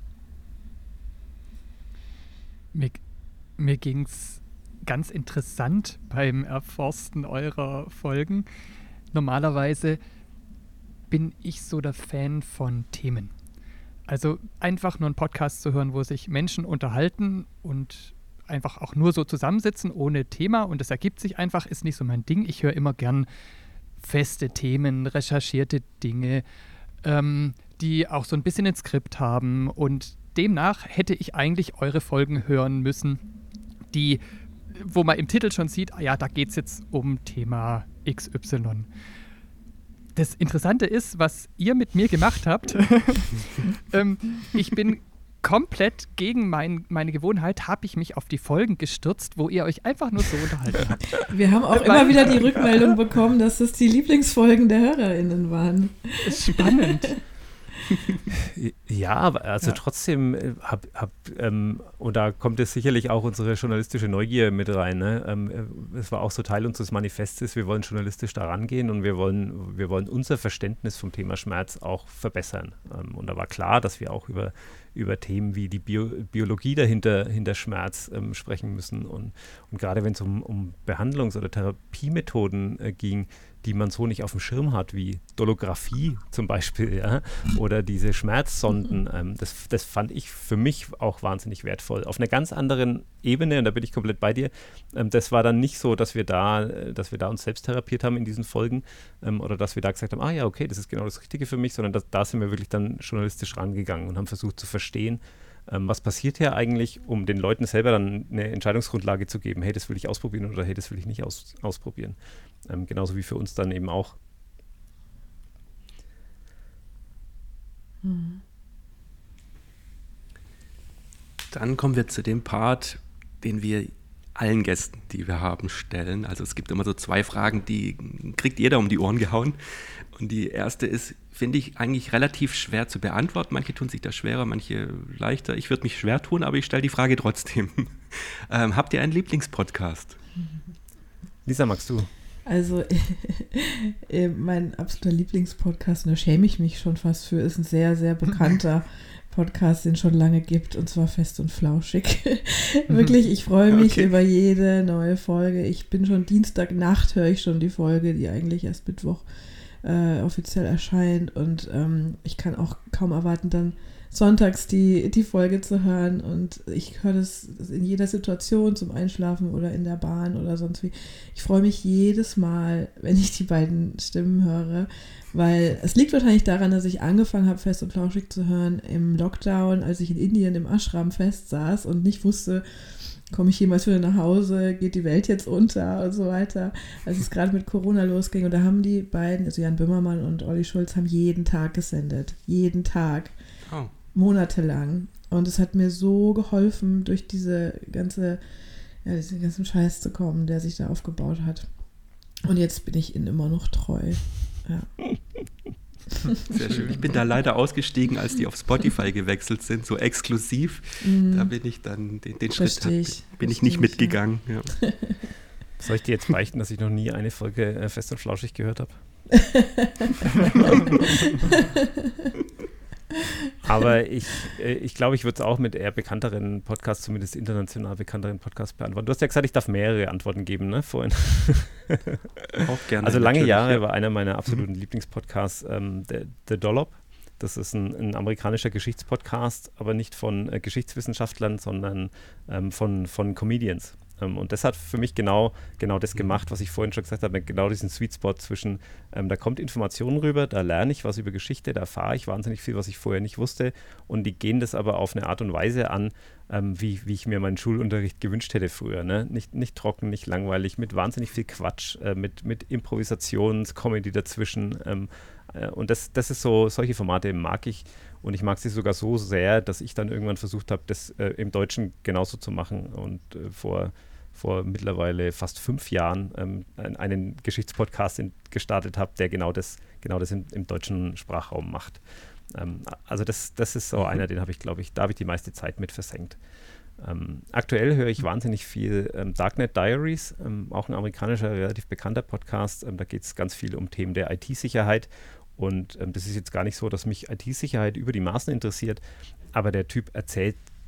Mir ging es ganz interessant beim Erforsten eurer Folgen. Normalerweise bin ich so der Fan von Themen. Also einfach nur einen Podcast zu hören, wo sich Menschen unterhalten und einfach auch nur so zusammensitzen, ohne Thema und das ergibt sich einfach, ist nicht so mein Ding. Ich höre immer gern feste Themen, recherchierte Dinge, die auch so ein bisschen ein Skript haben und demnach hätte ich eigentlich eure Folgen hören müssen, wo man im Titel schon sieht, ja, da geht es jetzt um Thema XY. Das Interessante ist, was ihr mit mir gemacht habt. Ich bin komplett gegen meine Gewohnheit, habe ich mich auf die Folgen gestürzt, wo ihr euch einfach nur so unterhalten habt. Wir haben auch immer wieder die Rückmeldung bekommen, dass das die Lieblingsfolgen der HörerInnen waren. Spannend. Ja, aber also trotzdem und da kommt es sicherlich auch unsere journalistische Neugier mit rein. Ne? Es war auch so Teil unseres Manifestes, wir wollen journalistisch da rangehen und wir wollen unser Verständnis vom Thema Schmerz auch verbessern. Und da war klar, dass wir auch über Themen wie die Biologie hinter Schmerz sprechen müssen. Und gerade wenn es um Behandlungs- oder Therapiemethoden ging, die man so nicht auf dem Schirm hat, wie Dolographie zum Beispiel, ja, oder diese Schmerzsonden, das fand ich für mich auch wahnsinnig wertvoll. Auf einer ganz anderen Ebene, und da bin ich komplett bei dir, das war dann nicht so, dass wir da uns selbst therapiert haben in diesen Folgen oder dass wir da gesagt haben, ja, okay, das ist genau das Richtige für mich, sondern da sind wir wirklich dann journalistisch rangegangen und haben versucht zu verstehen, was passiert hier eigentlich, um den Leuten selber dann eine Entscheidungsgrundlage zu geben, hey, das will ich ausprobieren oder hey, das will ich nicht ausprobieren. Genauso wie für uns dann eben auch. Dann kommen wir zu dem Part, den wir allen Gästen, die wir haben, stellen. Also es gibt immer so 2 Fragen, die kriegt jeder um die Ohren gehauen. Und die erste ist, finde ich, eigentlich relativ schwer zu beantworten. Manche tun sich da schwerer, manche leichter. Ich würde mich schwer tun, aber ich stelle die Frage trotzdem. Habt ihr einen Lieblingspodcast? Lisa, magst du? Also mein absoluter Lieblingspodcast, und da schäme ich mich schon fast für, ist ein sehr, sehr bekannter Podcast, den es schon lange gibt, und zwar Fest und Flauschig. Wirklich, ich freue mich über jede neue Folge. Ich bin schon Dienstagnacht, höre ich schon die Folge, die eigentlich erst Mittwoch offiziell erscheint, und ich kann auch kaum erwarten, dann sonntags die Folge zu hören, und ich höre das in jeder Situation zum Einschlafen oder in der Bahn oder sonst wie. Ich freue mich jedes Mal, wenn ich die beiden Stimmen höre, weil es liegt wahrscheinlich daran, dass ich angefangen habe, Fest und Flauschig zu hören im Lockdown, als ich in Indien im Ashram festsaß und nicht wusste, komme ich jemals wieder nach Hause, geht die Welt jetzt unter und so weiter, als es gerade mit Corona losging. Und da haben die beiden, also Jan Böhmermann und Olli Schulz, haben jeden Tag gesendet. Jeden Tag. Oh. Monatelang. Und es hat mir so geholfen, durch diesen ganzen Scheiß zu kommen, der sich da aufgebaut hat. Und jetzt bin ich ihnen immer noch treu. Ja. Sehr schön. Ich bin da leider ausgestiegen, als die auf Spotify gewechselt sind, so exklusiv. Da bin ich dann den Schritt bin ich nicht mitgegangen. Ja. Ja. Soll ich dir jetzt beichten, dass ich noch nie eine Folge Fest und Flauschig gehört habe? Aber ich glaube, ich würde es auch mit eher bekannteren Podcasts, zumindest international bekannteren Podcasts beantworten. Du hast ja gesagt, ich darf mehrere Antworten geben, ne, vorhin. Auch gerne. Also lange Jahre war einer meiner absoluten Lieblingspodcasts The Dollop. Das ist ein amerikanischer Geschichtspodcast, aber nicht von Geschichtswissenschaftlern, sondern von Comedians. Und das hat für mich genau das gemacht, was ich vorhin schon gesagt habe, genau diesen Sweet Spot zwischen, da kommt Information rüber, da lerne ich was über Geschichte, da erfahre ich wahnsinnig viel, was ich vorher nicht wusste, und die gehen das aber auf eine Art und Weise an, wie ich mir meinen Schulunterricht gewünscht hätte früher. Ne? Nicht trocken, nicht langweilig, mit wahnsinnig viel Quatsch, mit Improvisationscomedy dazwischen. Und das ist so, solche Formate mag ich, und ich mag sie sogar so sehr, dass ich dann irgendwann versucht habe, das im Deutschen genauso zu machen, und vor mittlerweile fast 5 Jahren einen Geschichtspodcast gestartet habe, der genau das im deutschen Sprachraum macht. Also das ist so einer, den habe ich, glaube ich, da habe ich die meiste Zeit mit versenkt. Aktuell höre ich wahnsinnig viel Darknet Diaries, auch ein amerikanischer, relativ bekannter Podcast. Da geht es ganz viel um Themen der IT-Sicherheit. Und das ist jetzt gar nicht so, dass mich IT-Sicherheit über die Maßen interessiert, aber der Typ erzählt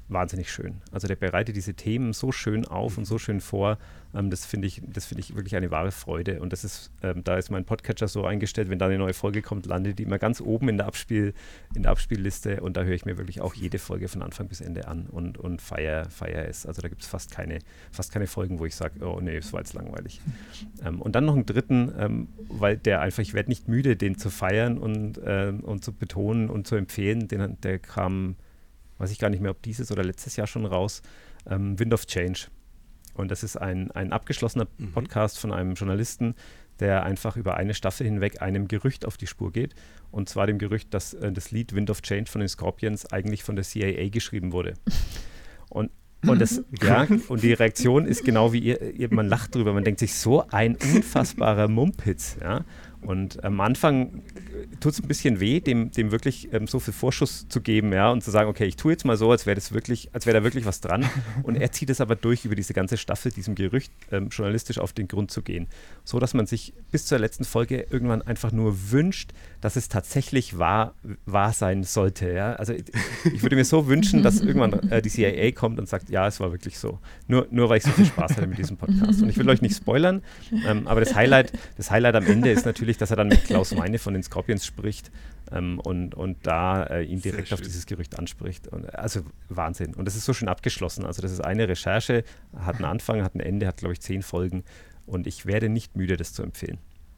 wahnsinnig schön. Also der bereitet diese Themen so schön auf und so schön vor. Das finde ich wirklich eine wahre Freude. Und das ist, da ist mein Podcatcher so eingestellt, wenn da eine neue Folge kommt, landet die immer ganz oben in der Abspielliste. Und da höre ich mir wirklich auch jede Folge von Anfang bis Ende an und feiere es. Also da gibt es fast keine Folgen, wo ich sage, oh nee, es war jetzt langweilig. Und dann noch einen dritten, weil der einfach, ich werde nicht müde, den zu feiern und zu betonen und zu empfehlen. Der kam, weiß ich gar nicht mehr, ob dieses oder letztes Jahr schon raus, Wind of Change. Und das ist ein abgeschlossener Podcast von einem Journalisten, der einfach über eine Staffel hinweg einem Gerücht auf die Spur geht. Und zwar dem Gerücht, dass das Lied Wind of Change von den Scorpions eigentlich von der CIA geschrieben wurde. Und die Reaktion ist genau wie man lacht drüber, man denkt sich, so ein unfassbarer Mumpitz, ja. Und am Anfang tut es ein bisschen weh, dem wirklich so viel Vorschuss zu geben, ja, und zu sagen, okay, ich tue jetzt mal so, als wäre da wirklich was dran. Und er zieht es aber durch, über diese ganze Staffel, diesem Gerücht journalistisch auf den Grund zu gehen. So, dass man sich bis zur letzten Folge irgendwann einfach nur wünscht, dass es tatsächlich wahr sein sollte, ja. Also ich würde mir so wünschen, dass irgendwann die CIA kommt und sagt, ja, es war wirklich so. Nur weil ich so viel Spaß hatte mit diesem Podcast. Und ich will euch nicht spoilern, aber das Highlight am Ende ist natürlich, dass er dann mit Klaus Meine von den Scorpions spricht und da ihn direkt auf dieses Gerücht anspricht. Also Wahnsinn. Und das ist so schön abgeschlossen. Also das ist eine Recherche, hat einen Anfang, hat ein Ende, hat, glaube ich, 10 Folgen. Und ich werde nicht müde, das zu empfehlen.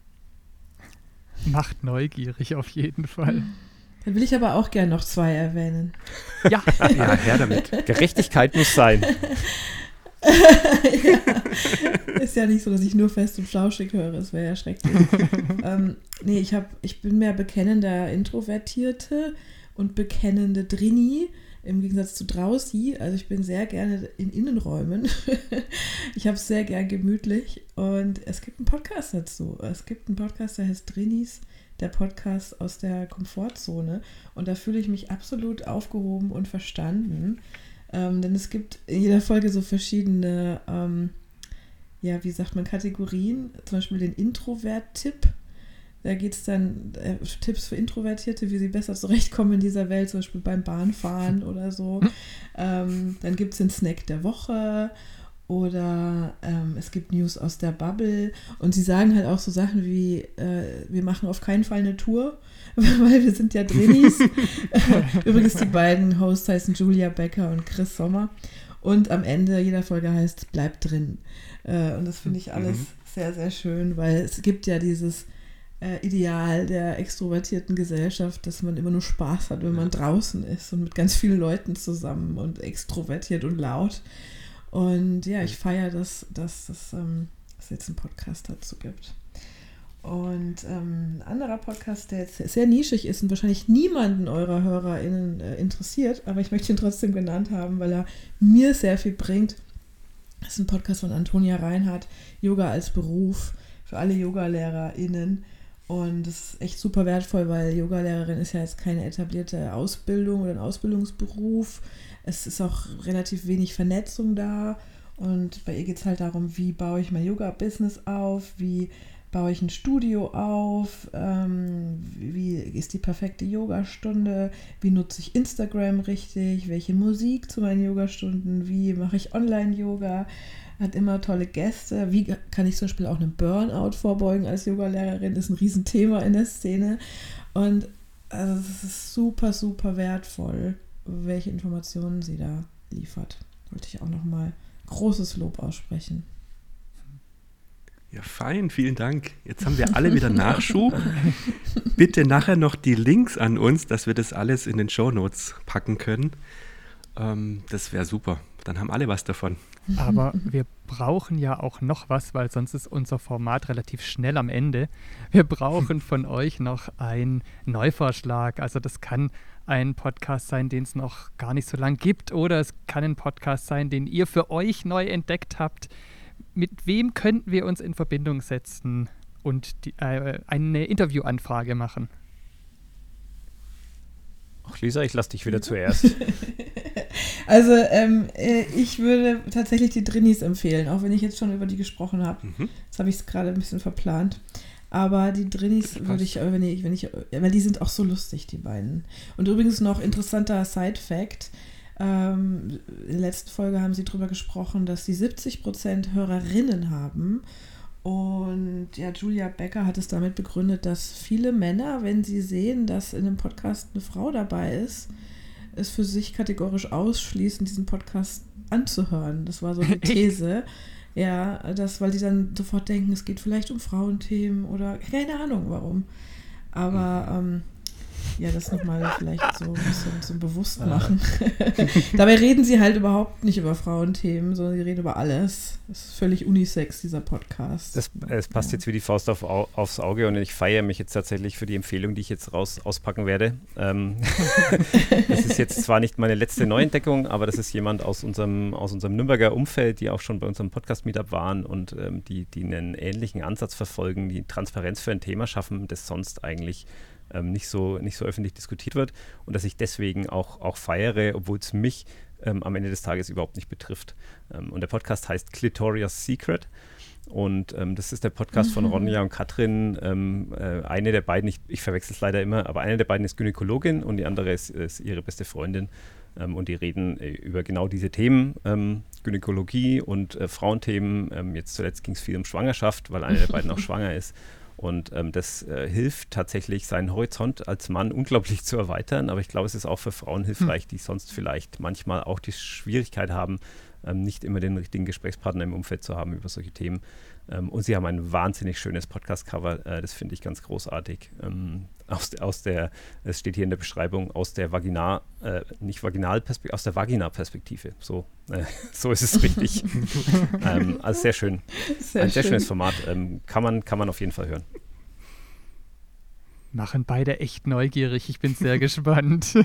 Macht neugierig auf jeden Fall. Dann will ich aber auch gerne noch 2 erwähnen. Ja, her damit. Gerechtigkeit muss sein. Ja. Ist ja nicht so, dass ich nur Fest und Flauschig höre, das wäre ja schrecklich. Ich bin mehr bekennender Introvertierte und bekennende Drini, im Gegensatz zu Drausi. Also ich bin sehr gerne in Innenräumen. Ich habe es sehr gern gemütlich und es gibt einen Podcast dazu. Es gibt einen Podcast, der heißt Drinis, der Podcast aus der Komfortzone, und da fühle ich mich absolut aufgehoben und verstanden. Denn es gibt in jeder Folge so verschiedene, Kategorien. Zum Beispiel den Introvert-Tipp. Da geht es dann, Tipps für Introvertierte, wie sie besser zurechtkommen in dieser Welt, zum Beispiel beim Bahnfahren oder so. Dann gibt es den Snack der Woche oder es gibt News aus der Bubble. Und sie sagen halt auch so Sachen wie, wir machen auf keinen Fall eine Tour, weil wir sind ja Drinis. Übrigens, die beiden Hosts heißen Julia Becker und Chris Sommer. Und am Ende jeder Folge heißt, bleib drin. Und das finde ich alles sehr, sehr schön, weil es gibt ja dieses Ideal der extrovertierten Gesellschaft, dass man immer nur Spaß hat, wenn man draußen ist und mit ganz vielen Leuten zusammen und extrovertiert und laut. Und ja, ich feiere, dass es jetzt einen Podcast dazu gibt. Und ein anderer Podcast, der jetzt sehr nischig ist und wahrscheinlich niemanden eurer HörerInnen interessiert, aber ich möchte ihn trotzdem genannt haben, weil er mir sehr viel bringt. Das ist ein Podcast von Antonia Reinhardt, Yoga als Beruf für alle YogalehrerInnen. Und das ist echt super wertvoll, weil Yogalehrerin ist ja jetzt keine etablierte Ausbildung oder ein Ausbildungsberuf. Es ist auch relativ wenig Vernetzung da. Und bei ihr geht es halt darum, wie baue ich mein Yoga-Business auf, wie baue ich ein Studio auf, wie ist die perfekte Yogastunde, wie nutze ich Instagram richtig, welche Musik zu meinen Yogastunden, wie mache ich Online-Yoga, hat immer tolle Gäste, wie kann ich zum Beispiel auch einem Burnout vorbeugen als Yogalehrerin, ist ein Riesenthema in der Szene, und also es ist super, super wertvoll, welche Informationen sie da liefert. Wollte ich auch nochmal großes Lob aussprechen. Ja, fein, vielen Dank. Jetzt haben wir alle wieder Nachschub. Bitte nachher noch die Links an uns, dass wir das alles in den Shownotes packen können. Das wäre super. Dann haben alle was davon. Aber wir brauchen ja auch noch was, weil sonst ist unser Format relativ schnell am Ende. Wir brauchen von euch noch einen Neuvorschlag. Also das kann ein Podcast sein, den es noch gar nicht so lange gibt, oder es kann ein Podcast sein, den ihr für euch neu entdeckt habt. Mit wem könnten wir uns in Verbindung setzen und eine Interviewanfrage machen? Ach, Lisa, ich lasse dich wieder zuerst. Also ich würde tatsächlich die Drinis empfehlen, auch wenn ich jetzt schon über die gesprochen habe. Jetzt habe ich es gerade ein bisschen verplant. Aber die Drinis würde ich, weil die sind auch so lustig, die beiden. Und übrigens noch interessanter Side-Fact, In der letzten Folge haben sie darüber gesprochen, dass sie 70% Hörerinnen haben. Und ja, Julia Becker hat es damit begründet, dass viele Männer, wenn sie sehen, dass in einem Podcast eine Frau dabei ist, es für sich kategorisch ausschließen, diesen Podcast anzuhören. Das war so die These. Ja, weil die dann sofort denken, es geht vielleicht um Frauenthemen oder keine Ahnung warum. Aber ja, das nochmal vielleicht so ein bisschen zum Bewusstmachen. Dabei reden sie halt überhaupt nicht über Frauenthemen, sondern sie reden über alles. Das ist völlig unisex, dieser Podcast. Es passt jetzt wie die Faust aufs Auge und ich feiere mich jetzt tatsächlich für die Empfehlung, die ich jetzt auspacken werde. Das ist jetzt zwar nicht meine letzte Neuentdeckung, aber das ist jemand aus unserem Nürnberger Umfeld, die auch schon bei unserem Podcast-Meetup waren und die einen ähnlichen Ansatz verfolgen, die Transparenz für ein Thema schaffen, das sonst eigentlich nicht so öffentlich diskutiert wird und dass ich deswegen auch feiere, obwohl es mich am Ende des Tages überhaupt nicht betrifft. Und der Podcast heißt Clitoria's Secret und das ist der Podcast von Ronja und Katrin. Eine der beiden, ich verwechsel es leider immer, aber eine der beiden ist Gynäkologin und die andere ist ihre beste Freundin und die reden über genau diese Themen, Gynäkologie und Frauenthemen. Jetzt zuletzt ging es viel um Schwangerschaft, weil eine der beiden auch schwanger ist. Und das hilft tatsächlich, seinen Horizont als Mann unglaublich zu erweitern. Aber ich glaube, es ist auch für Frauen hilfreich, die sonst vielleicht manchmal auch die Schwierigkeit haben, nicht immer den richtigen Gesprächspartner im Umfeld zu haben über solche Themen. Und sie haben ein wahnsinnig schönes Podcast-Cover. Das finde ich ganz großartig. Es steht hier in der Beschreibung, aus der Vagina-Perspektive. So ist es richtig. Also sehr schön. Sehr schönes Format. Kann man auf jeden Fall hören. Machen beide echt neugierig. Ich bin sehr gespannt.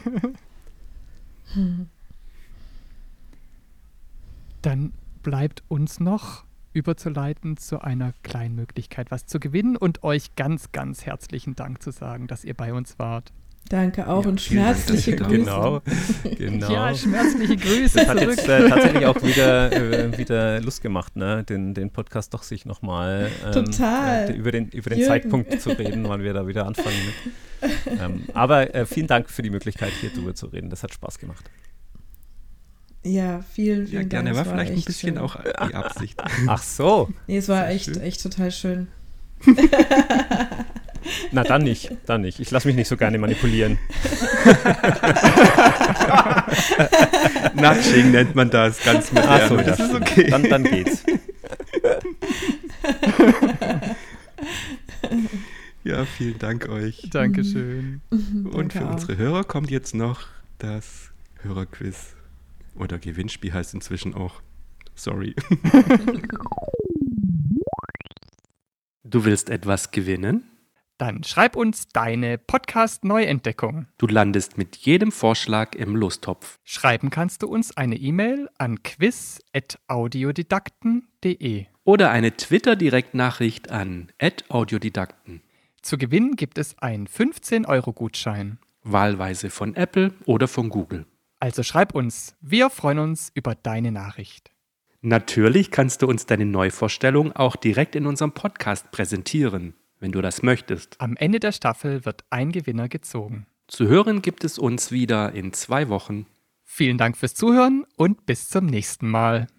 Dann bleibt uns noch überzuleiten zu einer kleinen Möglichkeit, was zu gewinnen und euch ganz, ganz herzlichen Dank zu sagen, dass ihr bei uns wart. Danke auch und schmerzliche Grüße. Genau. Ja, schmerzliche Grüße. Das hat jetzt tatsächlich auch wieder Lust gemacht, ne? Den Podcast doch sich nochmal über den Zeitpunkt zu reden, wann wir da wieder anfangen mit. Aber vielen Dank für die Möglichkeit, hier drüber zu reden. Das hat Spaß gemacht. Ja, vielen Dank. Gerne, war vielleicht ein bisschen schön. Auch die Absicht. Ach so. Nee, es war echt total schön. Na, dann nicht. Ich lasse mich nicht so gerne manipulieren. Nudging nennt man das, ganz modern. Ach so, das ist okay. Dann geht's. Ja, vielen Dank euch. Dankeschön. Und für unsere Hörer kommt jetzt noch das Hörerquiz. Oder Gewinnspiel heißt inzwischen auch. Sorry. Du willst etwas gewinnen? Dann schreib uns deine Podcast-Neuentdeckung. Du landest mit jedem Vorschlag im Lostopf. Schreiben kannst du uns eine E-Mail an quiz@audiodidakten.de oder eine Twitter-Direktnachricht an @audiodidakten. Zu gewinnen gibt es einen 15-Euro-Gutschein. Wahlweise von Apple oder von Google. Also schreib uns, wir freuen uns über deine Nachricht. Natürlich kannst du uns deine Neuvorstellung auch direkt in unserem Podcast präsentieren, wenn du das möchtest. Am Ende der Staffel wird ein Gewinner gezogen. Zu hören gibt es uns wieder in 2 Wochen. Vielen Dank fürs Zuhören und bis zum nächsten Mal.